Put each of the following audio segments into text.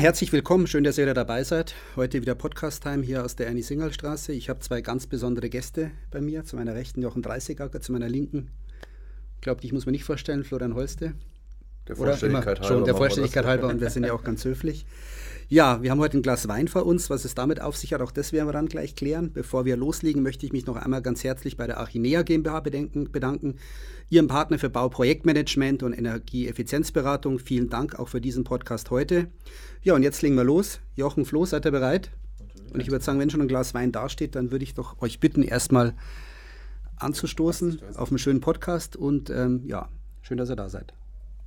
herzlich willkommen. Schön, dass ihr wieder dabei seid. Heute wieder Podcast-Time hier aus der Ernie-Singerl-Straße. Ich habe zwei ganz besondere Gäste bei mir. Zu meiner Rechten Jochen Dreißigacker, zu meiner Linken, ich glaube, dich muss man nicht vorstellen, Florian Holste. Der Vollständigkeit halber. Schon der Vollständigkeit halber, und wir sind ja auch ganz höflich. Ja, wir haben heute ein Glas Wein vor uns. Was es damit auf sich hat, auch das werden wir dann gleich klären. Bevor wir loslegen, möchte ich mich noch einmal ganz herzlich bei der Archinea GmbH bedanken, Ihrem Partner für Bauprojektmanagement und Energieeffizienzberatung. Vielen Dank auch für diesen Podcast heute. Ja, und jetzt legen wir los. Jochen, Flo, seid ihr bereit? Natürlich. Und ich würde sagen, wenn schon ein Glas Wein dasteht, dann würde ich doch euch bitten, erstmal anzustoßen auf einen schönen Podcast. Und ja, schön, dass ihr da seid.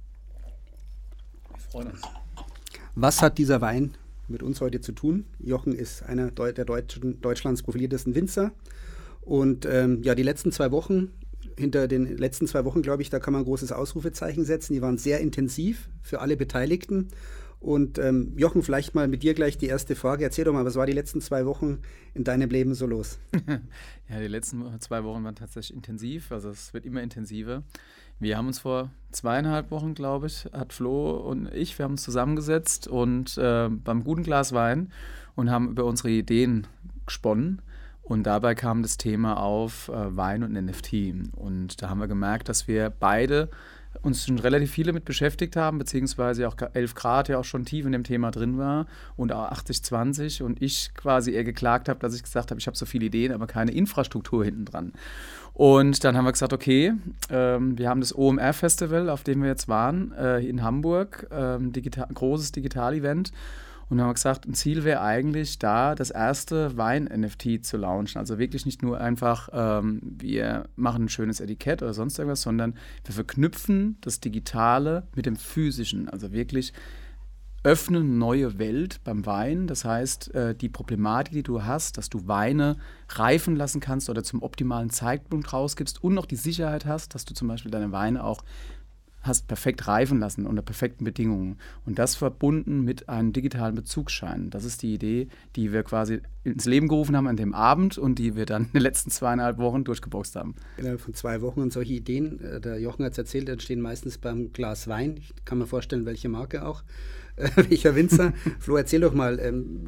Wir freuen uns. Was hat dieser Wein mit uns heute zu tun? Jochen ist einer der Deutschlands profiliertesten Winzer. Und ja, die letzten 2 Wochen, hinter den letzten 2 Wochen, glaube ich, da kann man ein großes Ausrufezeichen setzen. Die waren sehr intensiv für alle Beteiligten. Und Jochen, vielleicht mal mit dir gleich die erste Frage. Erzähl doch mal, was war die letzten 2 Wochen in deinem Leben so los? Ja, die letzten 2 Wochen waren tatsächlich intensiv. Also es wird immer intensiver. Wir haben uns vor 2,5 Wochen, glaube ich, hat Flo und ich, wir haben uns zusammengesetzt und beim guten Glas Wein und haben über unsere Ideen gesponnen. Und dabei kam das Thema auf Wein und NFT. Und da haben wir gemerkt, dass wir beide uns schon relativ viele mit beschäftigt haben, beziehungsweise auch 11 Grad ja auch schon tief in dem Thema drin war und auch 80-20 und ich quasi eher geklagt habe, dass ich gesagt habe, ich habe so viele Ideen, aber keine Infrastruktur hinten dran. Und dann haben wir gesagt, okay, wir haben das OMR-Festival, auf dem wir jetzt waren, in Hamburg, großes Digital-Event. Und dann haben wir gesagt, ein Ziel wäre eigentlich da, das erste Wein-NFT zu launchen. Also wirklich nicht nur einfach, wir machen ein schönes Etikett oder sonst irgendwas, sondern wir verknüpfen das Digitale mit dem Physischen. Also wirklich öffnen eine neue Welt beim Wein. Das heißt, die Problematik, die du hast, dass du Weine reifen lassen kannst oder zum optimalen Zeitpunkt rausgibst und noch die Sicherheit hast, dass du zum Beispiel deine Weine auch hast perfekt reifen lassen unter perfekten Bedingungen. Und das verbunden mit einem digitalen Bezugsschein. Das ist die Idee, die wir quasi ins Leben gerufen haben an dem Abend und die wir dann in den letzten 2,5 Wochen durchgeboxt haben. Innerhalb von 2 Wochen und solche Ideen, der Jochen hat es erzählt, entstehen meistens beim Glas Wein. Ich kann mir vorstellen, welche Marke auch, welcher Winzer. Flo, erzähl doch mal,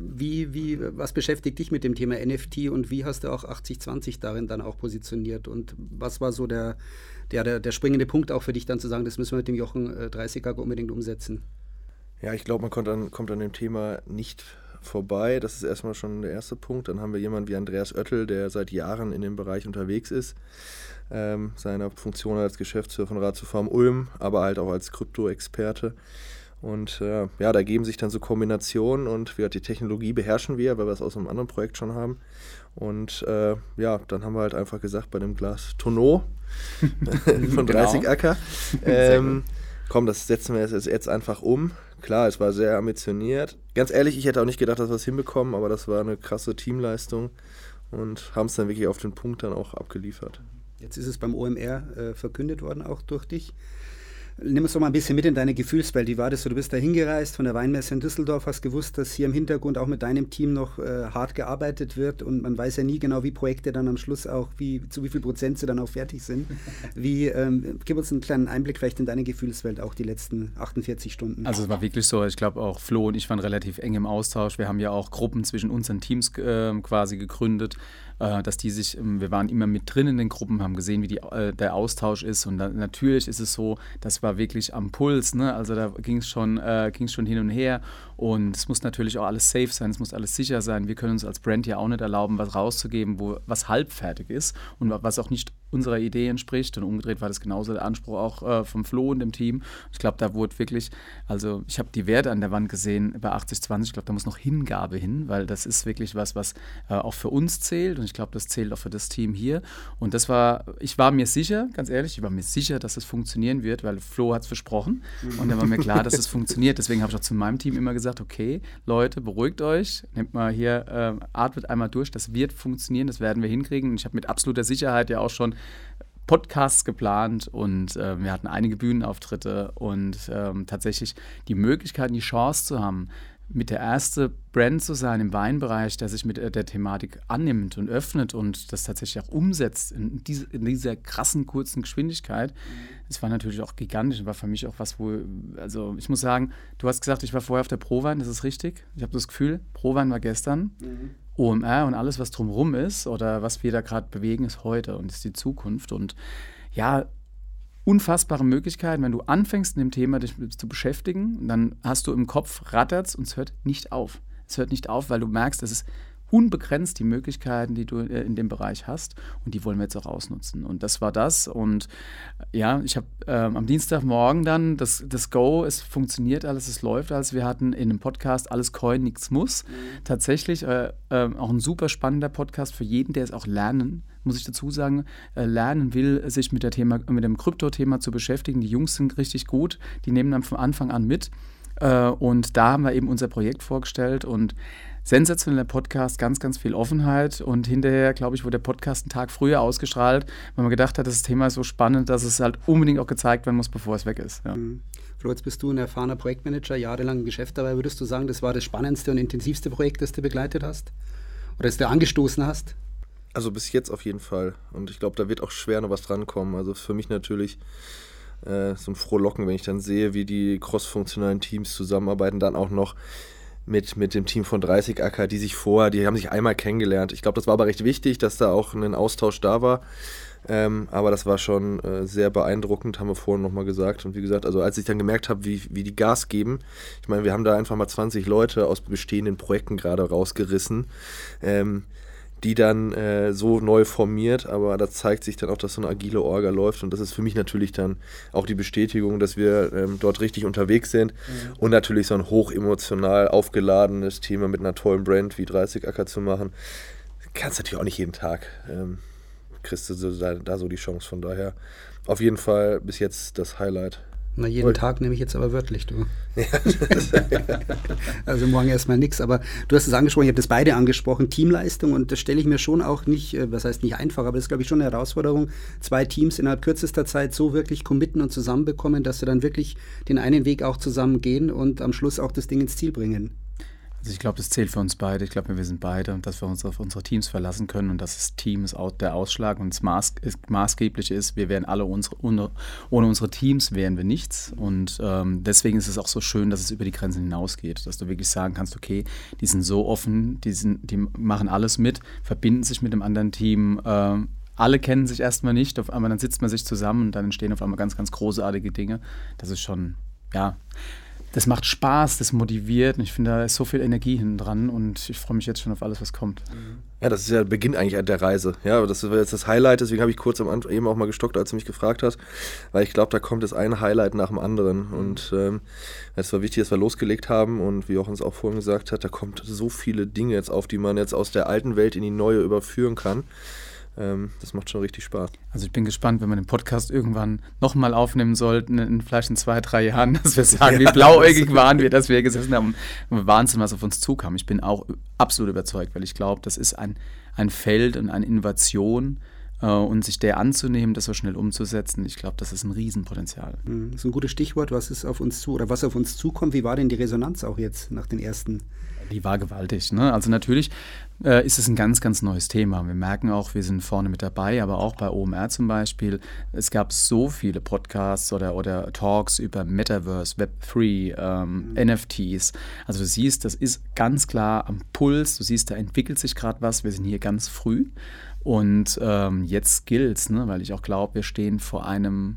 was beschäftigt dich mit dem Thema NFT und wie hast du auch 80-20 darin dann auch positioniert und was war so der springende Punkt auch für dich dann zu sagen, das müssen wir mit dem Jochen Dreißigacker unbedingt umsetzen? Ja, ich glaube, man kommt an dem Thema nicht vorbei. Das ist erstmal schon der erste Punkt. Dann haben wir jemanden wie Andreas Oettel, der seit Jahren in dem Bereich unterwegs ist. Seiner Funktion als Geschäftsführer von Ratiofarm Ulm, aber halt auch als Krypto-Experte. Und ja, da ergeben sich dann so Kombinationen und die Technologie beherrschen wir, weil wir es aus einem anderen Projekt schon haben. Und ja, dann haben wir halt einfach gesagt, bei dem Glas Tonneau von Dreißigacker, komm, das setzen wir jetzt einfach um. Klar, es war sehr ambitioniert. Ganz ehrlich, ich hätte auch nicht gedacht, dass wir es hinbekommen, aber das war eine krasse Teamleistung und haben es dann wirklich auf den Punkt dann auch abgeliefert. Jetzt ist es beim OMR verkündet worden, auch durch dich. Nimm uns doch mal ein bisschen mit in deine Gefühlswelt. Wie war das so? Du bist da hingereist von der Weinmesse in Düsseldorf, hast gewusst, dass hier im Hintergrund auch mit deinem Team noch hart gearbeitet wird und man weiß ja nie genau, wie Projekte dann am Schluss auch, zu wie viel Prozent sie dann auch fertig sind. Gib uns einen kleinen Einblick vielleicht in deine Gefühlswelt, auch die letzten 48 Stunden. Also es war wirklich so, ich glaube auch Flo und ich waren relativ eng im Austausch. Wir haben ja auch Gruppen zwischen unseren Teams quasi gegründet, dass wir waren immer mit drin in den Gruppen, haben gesehen, wie der Austausch ist und natürlich ist es so, das war wirklich am Puls, ne? Also da ging es schon hin und her und es muss natürlich auch alles safe sein, es muss alles sicher sein. Wir können uns als Brand ja auch nicht erlauben, was rauszugeben, was halbfertig ist und was auch nicht unserer Idee entspricht und umgedreht war das genauso der Anspruch auch vom Flo und dem Team. Ich glaube, da wurde wirklich, also ich habe die Werte an der Wand gesehen bei 80-20, ich glaube, da muss noch Hingabe hin, weil das ist wirklich was auch für uns zählt und ich glaube, das zählt auch für das Team hier und ich war mir sicher, ganz ehrlich, dass es funktionieren wird, weil Flo hat es versprochen und dann war mir klar, dass es funktioniert. Deswegen habe ich auch zu meinem Team immer gesagt, okay, Leute, beruhigt euch, nehmt mal hier, atmet einmal durch, das wird funktionieren, das werden wir hinkriegen und ich habe mit absoluter Sicherheit ja auch schon Podcasts geplant und wir hatten einige Bühnenauftritte und tatsächlich die Möglichkeit, die Chance zu haben, mit der erste Brand zu sein im Weinbereich, der sich mit der Thematik annimmt und öffnet und das tatsächlich auch umsetzt in dieser krassen, kurzen Geschwindigkeit, das war natürlich auch gigantisch und war für mich auch was, also ich muss sagen, du hast gesagt, ich war vorher auf der ProWein, das ist richtig. Ich habe das Gefühl, ProWein war gestern, OMR und alles, was drumherum ist oder was wir da gerade bewegen, ist heute und ist die Zukunft und ja, unfassbare Möglichkeiten, wenn du anfängst, in dem Thema dich zu beschäftigen, dann hast du im Kopf rattert's und es hört nicht auf. Es hört nicht auf, weil du merkst, es ist unbegrenzt die Möglichkeiten, die du in dem Bereich hast und die wollen wir jetzt auch ausnutzen. Und das war das und ja, ich habe am Dienstagmorgen dann das Go, es funktioniert alles, es läuft alles. Wir hatten in einem Podcast Alles Coin, nichts muss. Tatsächlich auch ein super spannender Podcast für jeden, der es auch lernen, muss ich dazu sagen, lernen will, sich mit dem Krypto-Thema zu beschäftigen. Die Jungs sind richtig gut, die nehmen dann von Anfang an mit. Und da haben wir eben unser Projekt vorgestellt und sensationeller Podcast, ganz, ganz viel Offenheit und hinterher, glaube ich, wurde der Podcast einen Tag früher ausgestrahlt, weil man gedacht hat, das Thema ist so spannend, dass es halt unbedingt auch gezeigt werden muss, bevor es weg ist. Ja. Flo, jetzt bist du ein erfahrener Projektmanager, jahrelang im Geschäft dabei. Würdest du sagen, das war das spannendste und intensivste Projekt, das du begleitet hast? Oder das du angestoßen hast? Also bis jetzt auf jeden Fall. Und ich glaube, da wird auch schwer noch was drankommen. Also für mich natürlich so ein Frohlocken, wenn ich dann sehe, wie die cross-funktionalen Teams zusammenarbeiten, dann auch noch mit dem Team von 30 Acker, die haben sich einmal kennengelernt. Ich glaube, das war aber recht wichtig, dass da auch ein Austausch da war. Aber das war schon sehr beeindruckend, haben wir vorhin nochmal gesagt. Und wie gesagt, also als ich dann gemerkt habe, wie die Gas geben, ich meine, wir haben da einfach mal 20 Leute aus bestehenden Projekten gerade rausgerissen, die dann so neu formiert, aber da zeigt sich dann auch, dass so eine agile Orga läuft und das ist für mich natürlich dann auch die Bestätigung, dass wir dort richtig unterwegs sind und natürlich so ein hochemotional aufgeladenes Thema mit einer tollen Brand wie 30 Acker zu machen, kannst natürlich auch nicht jeden Tag, kriegst du da so die Chance, von daher auf jeden Fall bis jetzt das Highlight. Na, jeden Tag nehme ich jetzt aber wörtlich, du. Ja. Also morgen erstmal nichts, aber du hast es angesprochen, ich habe das beide angesprochen, Teamleistung und das stelle ich mir schon auch nicht, was heißt nicht einfach, aber das ist, glaube ich, schon eine Herausforderung, 2 Teams innerhalb kürzester Zeit so wirklich committen und zusammenbekommen, dass sie dann wirklich den einen Weg auch zusammen gehen und am Schluss auch das Ding ins Ziel bringen. Also ich glaube, das zählt für uns beide. Ich glaube, wir sind beide und dass wir uns auf unsere Teams verlassen können und dass das Team ist auch der Ausschlag und das maßgeblich ist. Wir wären alle ohne unsere Teams wären wir nichts und deswegen ist es auch so schön, dass es über die Grenzen hinausgeht, dass du wirklich sagen kannst, okay, die sind so offen, die machen alles mit, verbinden sich mit dem anderen Team. Alle kennen sich erstmal nicht, auf einmal dann sitzt man sich zusammen und dann entstehen auf einmal ganz, ganz großartige Dinge. Das ist schon, ja, das macht Spaß, das motiviert und ich finde, da ist so viel Energie hinten dran und ich freue mich jetzt schon auf alles, was kommt. Ja, das ist ja der Beginn eigentlich der Reise. Ja, das war jetzt das Highlight, deswegen habe ich kurz am Anfang eben auch mal gestockt, als du mich gefragt hast, weil ich glaube, da kommt jetzt ein Highlight nach dem anderen und es war wichtig, dass wir losgelegt haben und wie Jochen es auch vorhin gesagt hat, da kommt so viele Dinge jetzt auf, die man jetzt aus der alten Welt in die neue überführen kann. Das macht schon richtig Spaß. Also ich bin gespannt, wenn wir den Podcast irgendwann nochmal aufnehmen sollten, vielleicht in 2, 3 Jahren, dass wir sagen, wie blauäugig waren wir, dass wir gesessen haben. Wahnsinn, was auf uns zukam. Ich bin auch absolut überzeugt, weil ich glaube, das ist ein Feld und eine Innovation und sich der anzunehmen, das so schnell umzusetzen, ich glaube, das ist ein Riesenpotenzial. Das ist ein gutes Stichwort, was auf uns zukommt. Wie war denn die Resonanz auch jetzt nach den ersten? Die war gewaltig, ne? Also natürlich ist es ein ganz, ganz neues Thema. Wir merken auch, wir sind vorne mit dabei, aber auch bei OMR zum Beispiel. Es gab so viele Podcasts oder Talks über Metaverse, Web3, NFTs. Also du siehst, das ist ganz klar am Puls. Du siehst, da entwickelt sich gerade was. Wir sind hier ganz früh und jetzt gilt's, ne? Weil ich auch glaube, wir stehen vor einem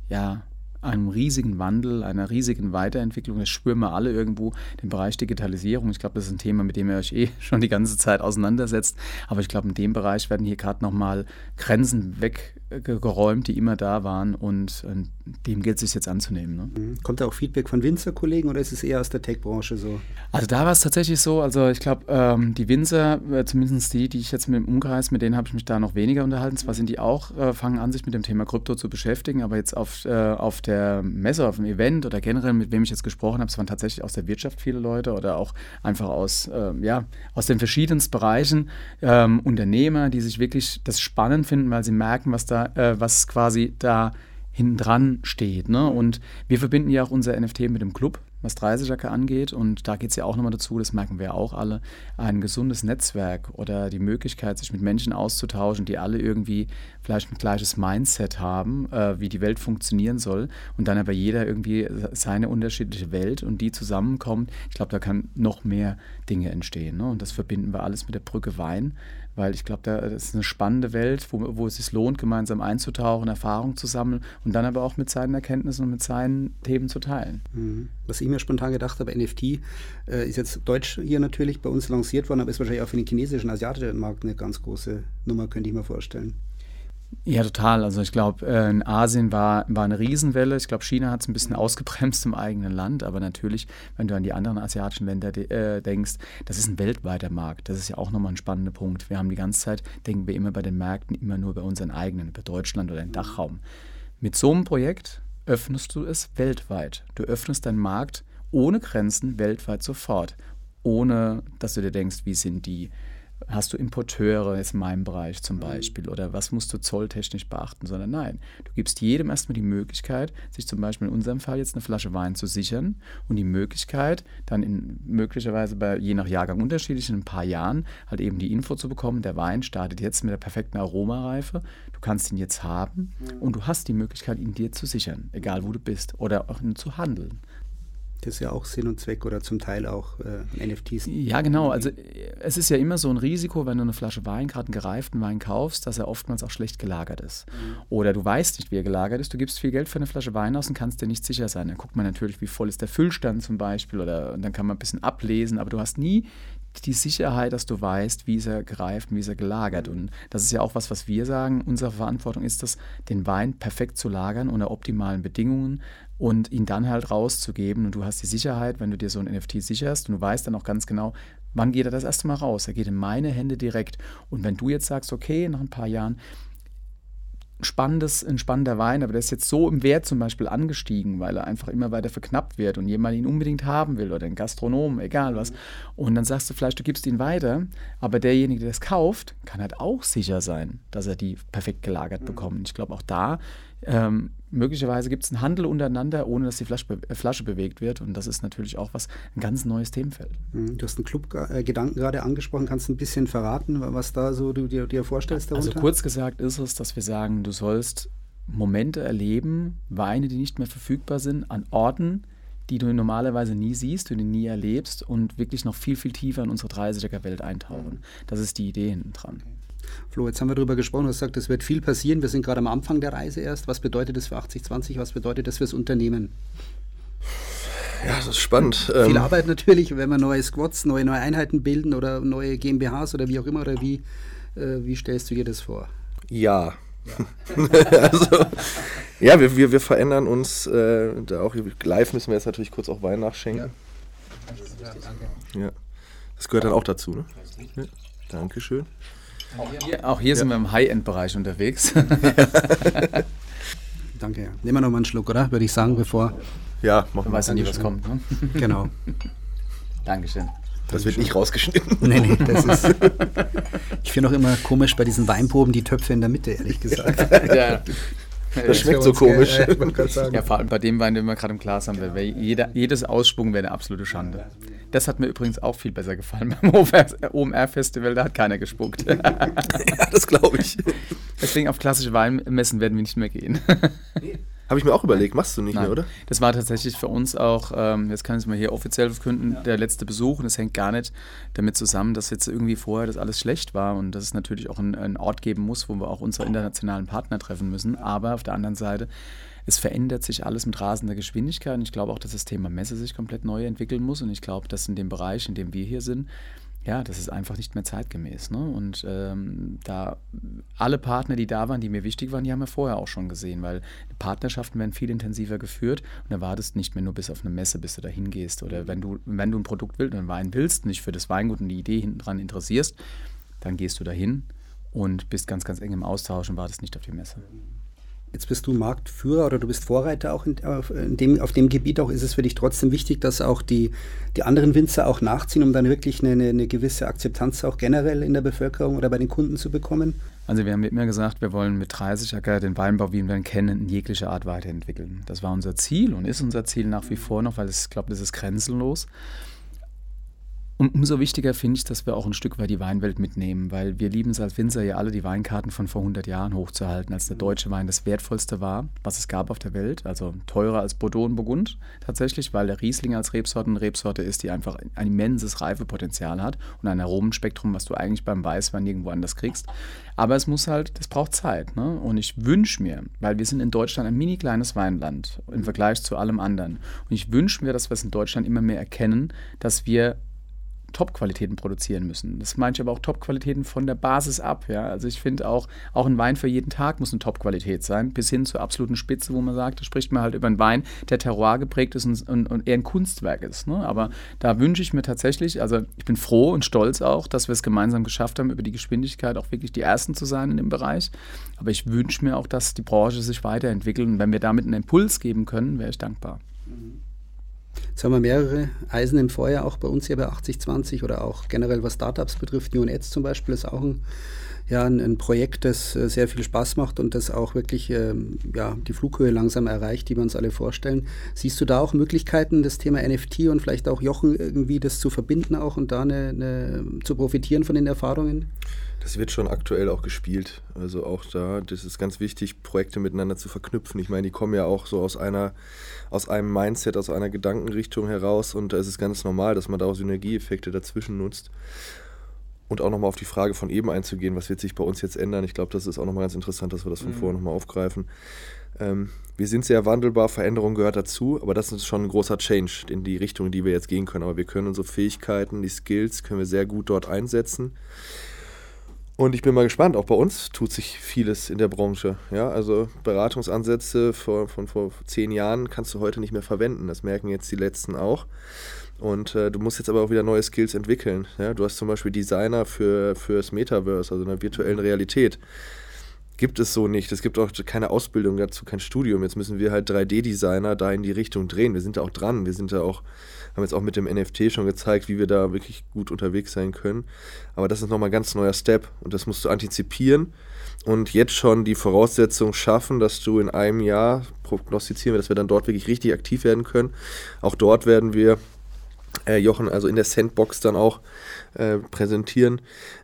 riesigen Wandel, einer riesigen Weiterentwicklung. Das spüren wir alle irgendwo, den Bereich Digitalisierung. Ich glaube, das ist ein Thema, mit dem ihr euch schon die ganze Zeit auseinandersetzt. Aber ich glaube, in dem Bereich werden hier gerade nochmal Grenzen weggeräumt, die immer da waren. Und dem gilt es sich jetzt anzunehmen. Ne? Kommt da auch Feedback von Winzerkollegen oder ist es eher aus der Tech-Branche so? Also da war es tatsächlich so. Also ich glaube, die Winzer, zumindest die ich jetzt mit dem Umkreis, mit denen habe ich mich da noch weniger unterhalten. Zwar sind die auch, fangen an, sich mit dem Thema Krypto zu beschäftigen, aber jetzt auf der Messe, auf dem Event oder generell, mit wem ich jetzt gesprochen habe, es waren tatsächlich aus der Wirtschaft viele Leute oder auch einfach aus den verschiedensten Bereichen Unternehmer, die sich wirklich das spannend finden, weil sie merken, was quasi da hinten dran steht. Ne? Und wir verbinden ja auch unser NFT mit dem Club. was 30er angeht. Und da geht es ja auch nochmal dazu, das merken wir auch alle, ein gesundes Netzwerk oder die Möglichkeit, sich mit Menschen auszutauschen, die alle irgendwie vielleicht ein gleiches Mindset haben, wie die Welt funktionieren soll. Und dann aber jeder irgendwie seine unterschiedliche Welt und die zusammenkommt. Ich glaube, da kann noch mehr Dinge entstehen. Ne? Und das verbinden wir alles mit der Brücke Wein. Weil ich glaube, das ist eine spannende Welt, wo es sich lohnt, gemeinsam einzutauchen, Erfahrungen zu sammeln und dann aber auch mit seinen Erkenntnissen und mit seinen Themen zu teilen. Was ich mir spontan gedacht habe, NFT ist jetzt deutsch hier natürlich bei uns lanciert worden, aber ist wahrscheinlich auch für den chinesischen, asiatischen Markt eine ganz große Nummer, könnte ich mir vorstellen. Ja, total. Also ich glaube, in Asien war eine Riesenwelle. Ich glaube, China hat es ein bisschen ausgebremst im eigenen Land. Aber natürlich, wenn du an die anderen asiatischen Länder denkst, das ist ein weltweiter Markt. Das ist ja auch nochmal ein spannender Punkt. Wir haben die ganze Zeit, denken wir immer bei den Märkten, immer nur bei unseren eigenen, bei Deutschland oder im Dachraum. Mit so einem Projekt öffnest du es weltweit. Du öffnest deinen Markt ohne Grenzen weltweit sofort. Ohne, dass du dir denkst, wie sind die... Hast du Importeure jetzt in meinem Bereich zum Beispiel oder was musst du zolltechnisch beachten, sondern nein, du gibst jedem erstmal die Möglichkeit, sich zum Beispiel in unserem Fall jetzt eine Flasche Wein zu sichern und die Möglichkeit, dann möglicherweise je nach Jahrgang unterschiedlich in ein paar Jahren halt eben die Info zu bekommen, der Wein startet jetzt mit der perfekten Aromareife, du kannst ihn jetzt haben und du hast die Möglichkeit, ihn dir zu sichern, egal wo du bist oder auch zu handeln. Das ist ja auch Sinn und Zweck oder zum Teil auch NFTs. Ja, genau. Also es ist ja immer so ein Risiko, wenn du eine Flasche Wein, gerade einen gereiften Wein kaufst, dass er oftmals auch schlecht gelagert ist. Oder du weißt nicht, wie er gelagert ist. Du gibst viel Geld für eine Flasche Wein aus und kannst dir nicht sicher sein. Dann guckt man natürlich, wie voll ist der Füllstand zum Beispiel. Und dann kann man ein bisschen ablesen. Aber du hast nie die Sicherheit, dass du weißt, wie ist er gereift und wie ist er gelagert. Und das ist ja auch was wir sagen. Unsere Verantwortung ist es, den Wein perfekt zu lagern unter optimalen Bedingungen und ihn dann halt rauszugeben. Und du hast die Sicherheit, wenn du dir so ein NFT sicherst und du weißt dann auch ganz genau, wann geht er das erste Mal raus. Er geht in meine Hände direkt. Und wenn du jetzt sagst, okay, nach ein paar Jahren, ein spannender Wein, aber der ist jetzt so im Wert zum Beispiel angestiegen, weil er einfach immer weiter verknappt wird und jemand ihn unbedingt haben will oder ein Gastronom, egal was. Und dann sagst du vielleicht, du gibst ihn weiter, aber derjenige, der das kauft, kann halt auch sicher sein, dass er die perfekt gelagert bekommt. Und ich glaube auch da, möglicherweise gibt es einen Handel untereinander, ohne dass die Flasche bewegt wird. Und das ist natürlich auch ein ganz neues Themenfeld. Du hast einen Club-Gedanken gerade angesprochen. Kannst du ein bisschen verraten, was da so du dir vorstellst darunter? Also kurz gesagt ist es, dass wir sagen, du sollst Momente erleben, Weine, die nicht mehr verfügbar sind, an Orten, die du normalerweise nie siehst, die du nie erlebst und wirklich noch viel, viel tiefer in unsere 30er-Welt eintauchen. Das ist die Idee hinten dran. Flo, jetzt haben wir darüber gesprochen, du hast gesagt, es wird viel passieren. Wir sind gerade am Anfang der Reise erst. Was bedeutet das für 80/20? Was bedeutet das fürs Unternehmen? Ja, das ist spannend. Viel Arbeit natürlich, wenn wir neue Squads, neue Einheiten bilden oder neue GmbHs oder wie auch immer. Oder wie stellst du dir das vor? Ja. Also, ja, wir verändern uns. Da auch live müssen wir jetzt natürlich kurz auch Wein nachschenken. Ja, danke. Ja. Das gehört dann auch dazu, ne? Ja. Dankeschön. Auch hier sind wir im High-End-Bereich unterwegs. Danke, ja. Nehmen wir noch mal einen Schluck, oder? Würde ich sagen, bevor... Ja, machen wir. Man weiß ja nie, was kommt, ne? Genau. Dankeschön. Das wird nicht rausgeschnitten. Nee, das ist... Ich finde auch immer komisch bei diesen Weinproben die Töpfe in der Mitte, ehrlich gesagt. Ja. Das schmeckt so komisch. Ja, vor allem bei dem Wein, den wir gerade im Glas haben, jedes Ausspucken wäre eine absolute Schande. Das hat mir übrigens auch viel besser gefallen beim OMR-Festival, da hat keiner gespuckt. Ja, das glaube ich. Deswegen auf klassische Weinmessen werden wir nicht mehr gehen. Habe ich mir auch überlegt, machst du nicht mehr, oder? Das war tatsächlich für uns auch, jetzt kann ich es mal hier offiziell verkünden, der letzte Besuch. Und das hängt gar nicht damit zusammen, dass jetzt irgendwie vorher das alles schlecht war und dass es natürlich auch einen Ort geben muss, wo wir auch unsere internationalen Partner treffen müssen. Aber auf der anderen Seite, es verändert sich alles mit rasender Geschwindigkeit. Und ich glaube auch, dass das Thema Messe sich komplett neu entwickeln muss. Und ich glaube, dass in dem Bereich, in dem wir hier sind, ja, das ist einfach nicht mehr zeitgemäß. Ne? Und da alle Partner, die da waren, die mir wichtig waren, die haben wir vorher auch schon gesehen, weil Partnerschaften werden viel intensiver geführt und da wartest nicht mehr nur bis auf eine Messe, bis du da hingehst. Oder wenn du ein Produkt willst, einen Wein willst, nicht für das Weingut und die Idee hinten dran interessierst, dann gehst du dahin und bist ganz, ganz eng im Austausch und wartest nicht auf die Messe. Jetzt bist du Marktführer oder du bist Vorreiter auch auf dem Gebiet auch. Ist es für dich trotzdem wichtig, dass auch die anderen Winzer auch nachziehen, um dann wirklich eine gewisse Akzeptanz auch generell in der Bevölkerung oder bei den Kunden zu bekommen? Also wir haben immer gesagt, wir wollen mit 30 Acker den Weinbau, wie wir ihn kennen, in jeglicher Art weiterentwickeln. Das war unser Ziel und ist unser Ziel nach wie vor noch, weil ich glaube, das ist grenzenlos. Und umso wichtiger finde ich, dass wir auch ein Stück weit die Weinwelt mitnehmen, weil wir lieben es als Winzer ja alle, die Weinkarten von vor 100 Jahren hochzuhalten, als der deutsche Wein das Wertvollste war, was es gab auf der Welt, also teurer als Bordeaux und Burgund tatsächlich, weil der Riesling als Rebsorte eine Rebsorte ist, die einfach ein immenses Reifepotenzial hat und ein Aromenspektrum, was du eigentlich beim Weißwein nirgendwo anders kriegst. Aber es braucht Zeit, ne? Und ich wünsche mir, weil wir sind in Deutschland ein mini kleines Weinland im Vergleich zu allem anderen, und ich wünsche mir, dass wir es in Deutschland immer mehr erkennen, dass wir Top-Qualitäten produzieren müssen. Das meine ich aber auch Top-Qualitäten von der Basis ab. Ja? Also ich finde auch ein Wein für jeden Tag muss eine Top-Qualität sein, bis hin zur absoluten Spitze, wo man sagt, da spricht man halt über einen Wein, der Terroir geprägt ist und eher ein Kunstwerk ist. Ne? Aber da wünsche ich mir tatsächlich, also ich bin froh und stolz auch, dass wir es gemeinsam geschafft haben, über die Geschwindigkeit auch wirklich die Ersten zu sein in dem Bereich. Aber ich wünsche mir auch, dass die Branche sich weiterentwickelt, und wenn wir damit einen Impuls geben können, wäre ich dankbar. Jetzt haben wir mehrere Eisen im Feuer, auch bei uns hier bei 80/20 oder auch generell was Startups betrifft. New & Ads zum Beispiel ist auch ein Projekt, das sehr viel Spaß macht und das auch wirklich die Flughöhe langsam erreicht, die wir uns alle vorstellen. Siehst du da auch Möglichkeiten, das Thema NFT und vielleicht auch Jochen irgendwie das zu verbinden auch und da zu profitieren von den Erfahrungen? Das wird schon aktuell auch gespielt. Also auch da, das ist ganz wichtig, Projekte miteinander zu verknüpfen. Ich meine, die kommen ja auch so aus einem Mindset, aus einer Gedankenrichtung heraus, und da ist es ganz normal, dass man da auch Synergieeffekte dazwischen nutzt. Und auch nochmal auf die Frage von eben einzugehen, was wird sich bei uns jetzt ändern? Ich glaube, das ist auch nochmal ganz interessant, dass wir das von vorher nochmal aufgreifen. Wir sind sehr wandelbar, Veränderung gehört dazu, aber das ist schon ein großer Change in die Richtung, in die wir jetzt gehen können. Aber wir können unsere Fähigkeiten, die Skills, können wir sehr gut dort einsetzen. Und ich bin mal gespannt, auch bei uns tut sich vieles in der Branche. Ja, also Beratungsansätze von vor 10 Jahren kannst du heute nicht mehr verwenden. Das merken jetzt die Letzten auch. Und du musst jetzt aber auch wieder neue Skills entwickeln. Ja, du hast zum Beispiel Designer fürs Metaverse, also in der virtuellen Realität. Gibt es so nicht. Es gibt auch keine Ausbildung dazu, kein Studium. Jetzt müssen wir halt 3D-Designer da in die Richtung drehen. Wir sind da auch dran. Haben jetzt auch mit dem NFT schon gezeigt, wie wir da wirklich gut unterwegs sein können. Aber das ist nochmal ein ganz neuer Step. Und das musst du antizipieren und jetzt schon die Voraussetzung schaffen, dass du in einem Jahr, prognostizieren wir, dass wir dann dort wirklich richtig aktiv werden können. Auch dort werden wir Jochen, also in der Sandbox dann auch präsentieren.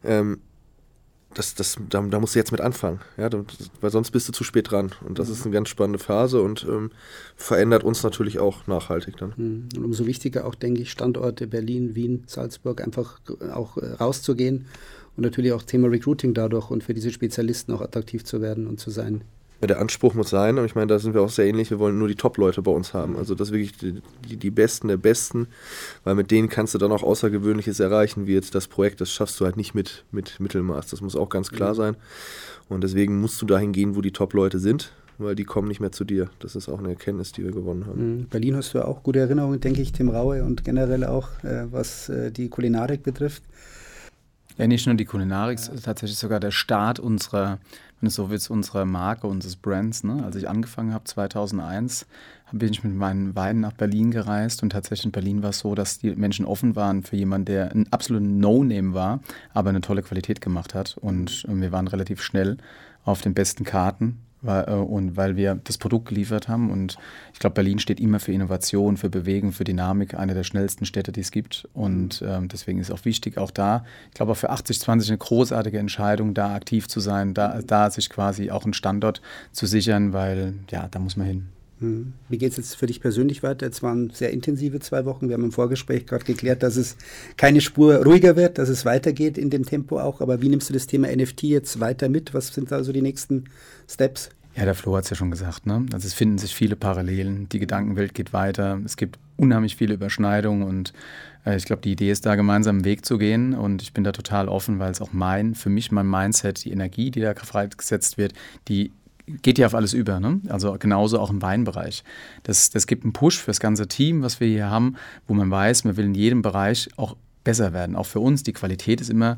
Da musst du jetzt mit anfangen, ja, weil sonst bist du zu spät dran. Und das ist eine ganz spannende Phase und verändert uns natürlich auch nachhaltig dann. Und umso wichtiger auch, denke ich, Standorte Berlin, Wien, Salzburg, einfach auch rauszugehen und natürlich auch Thema Recruiting dadurch und für diese Spezialisten auch attraktiv zu werden und zu sein. Ja, der Anspruch muss sein, und ich meine, da sind wir auch sehr ähnlich, wir wollen nur die Top-Leute bei uns haben, also das wirklich die Besten der Besten, weil mit denen kannst du dann auch Außergewöhnliches erreichen, wie jetzt das Projekt, das schaffst du halt nicht mit Mittelmaß, das muss auch ganz klar sein, und deswegen musst du dahin gehen, wo die Top-Leute sind, weil die kommen nicht mehr zu dir, das ist auch eine Erkenntnis, die wir gewonnen haben. Berlin hast du ja auch gute Erinnerungen, denke ich, Tim Raue, und generell auch, was die Kulinarik betrifft. Ja, nicht nur die Kulinarik, tatsächlich sogar der Start unserer Marke, unseres Brands. Ne? Als ich angefangen habe, 2001, bin ich mit meinen Weinen nach Berlin gereist, und tatsächlich in Berlin war es so, dass die Menschen offen waren für jemanden, der ein absoluter No-Name war, aber eine tolle Qualität gemacht hat, und wir waren relativ schnell auf den besten Karten. Weil wir das Produkt geliefert haben, und ich glaube, Berlin steht immer für Innovation, für Bewegung, für Dynamik, eine der schnellsten Städte, die es gibt, und deswegen ist auch wichtig, auch da, ich glaube auch für 80/20 eine großartige Entscheidung, da aktiv zu sein, da sich quasi auch einen Standort zu sichern, weil ja, da muss man hin. Wie geht es jetzt für dich persönlich weiter? Jetzt waren sehr intensive 2 Wochen. Wir haben im Vorgespräch gerade geklärt, dass es keine Spur ruhiger wird, dass es weitergeht in dem Tempo auch. Aber wie nimmst du das Thema NFT jetzt weiter mit? Was sind da so die nächsten Steps? Ja, der Flo hat es ja schon gesagt, ne? Also es finden sich viele Parallelen. Die Gedankenwelt geht weiter. Es gibt unheimlich viele Überschneidungen, und ich glaube, die Idee ist da, gemeinsam einen Weg zu gehen, und ich bin da total offen, weil es auch für mich mein Mindset, die Energie, die da freigesetzt wird, die geht ja auf alles über, ne? Also genauso auch im Weinbereich. Das gibt einen Push für das ganze Team, was wir hier haben, wo man weiß, man will in jedem Bereich auch besser werden. Auch für uns, die Qualität ist immer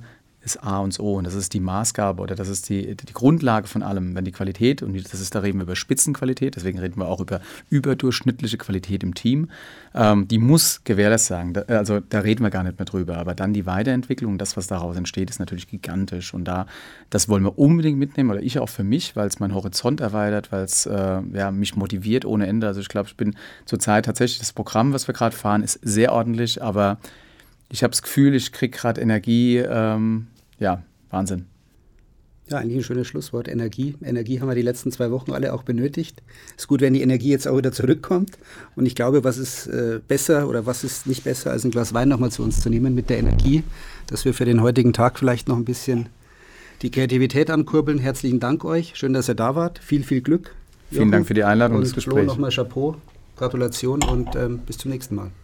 ist A und O und das ist die Maßgabe oder das ist die Grundlage von allem. Wenn die Qualität, und da reden wir über Spitzenqualität, deswegen reden wir auch über überdurchschnittliche Qualität im Team, die muss gewährleistet sein. Also da reden wir gar nicht mehr drüber. Aber dann die Weiterentwicklung, das, was daraus entsteht, ist natürlich gigantisch. Und das wollen wir unbedingt mitnehmen, oder ich auch für mich, weil es meinen Horizont erweitert, weil es mich motiviert ohne Ende. Also ich glaube, ich bin zurzeit tatsächlich, das Programm, was wir gerade fahren, ist sehr ordentlich, aber ich habe das Gefühl, ich kriege gerade Energie, Wahnsinn. Ja, eigentlich ein schönes Schlusswort, Energie. Energie haben wir die letzten 2 Wochen alle auch benötigt. Ist gut, wenn die Energie jetzt auch wieder zurückkommt. Und ich glaube, was ist besser oder was ist nicht besser, als ein Glas Wein nochmal zu uns zu nehmen mit der Energie, dass wir für den heutigen Tag vielleicht noch ein bisschen die Kreativität ankurbeln. Herzlichen Dank euch. Schön, dass ihr da wart. Viel, viel Glück. Vielen Dank für die Einladung und das Gespräch. Flo, nochmal Chapeau, Gratulation und bis zum nächsten Mal.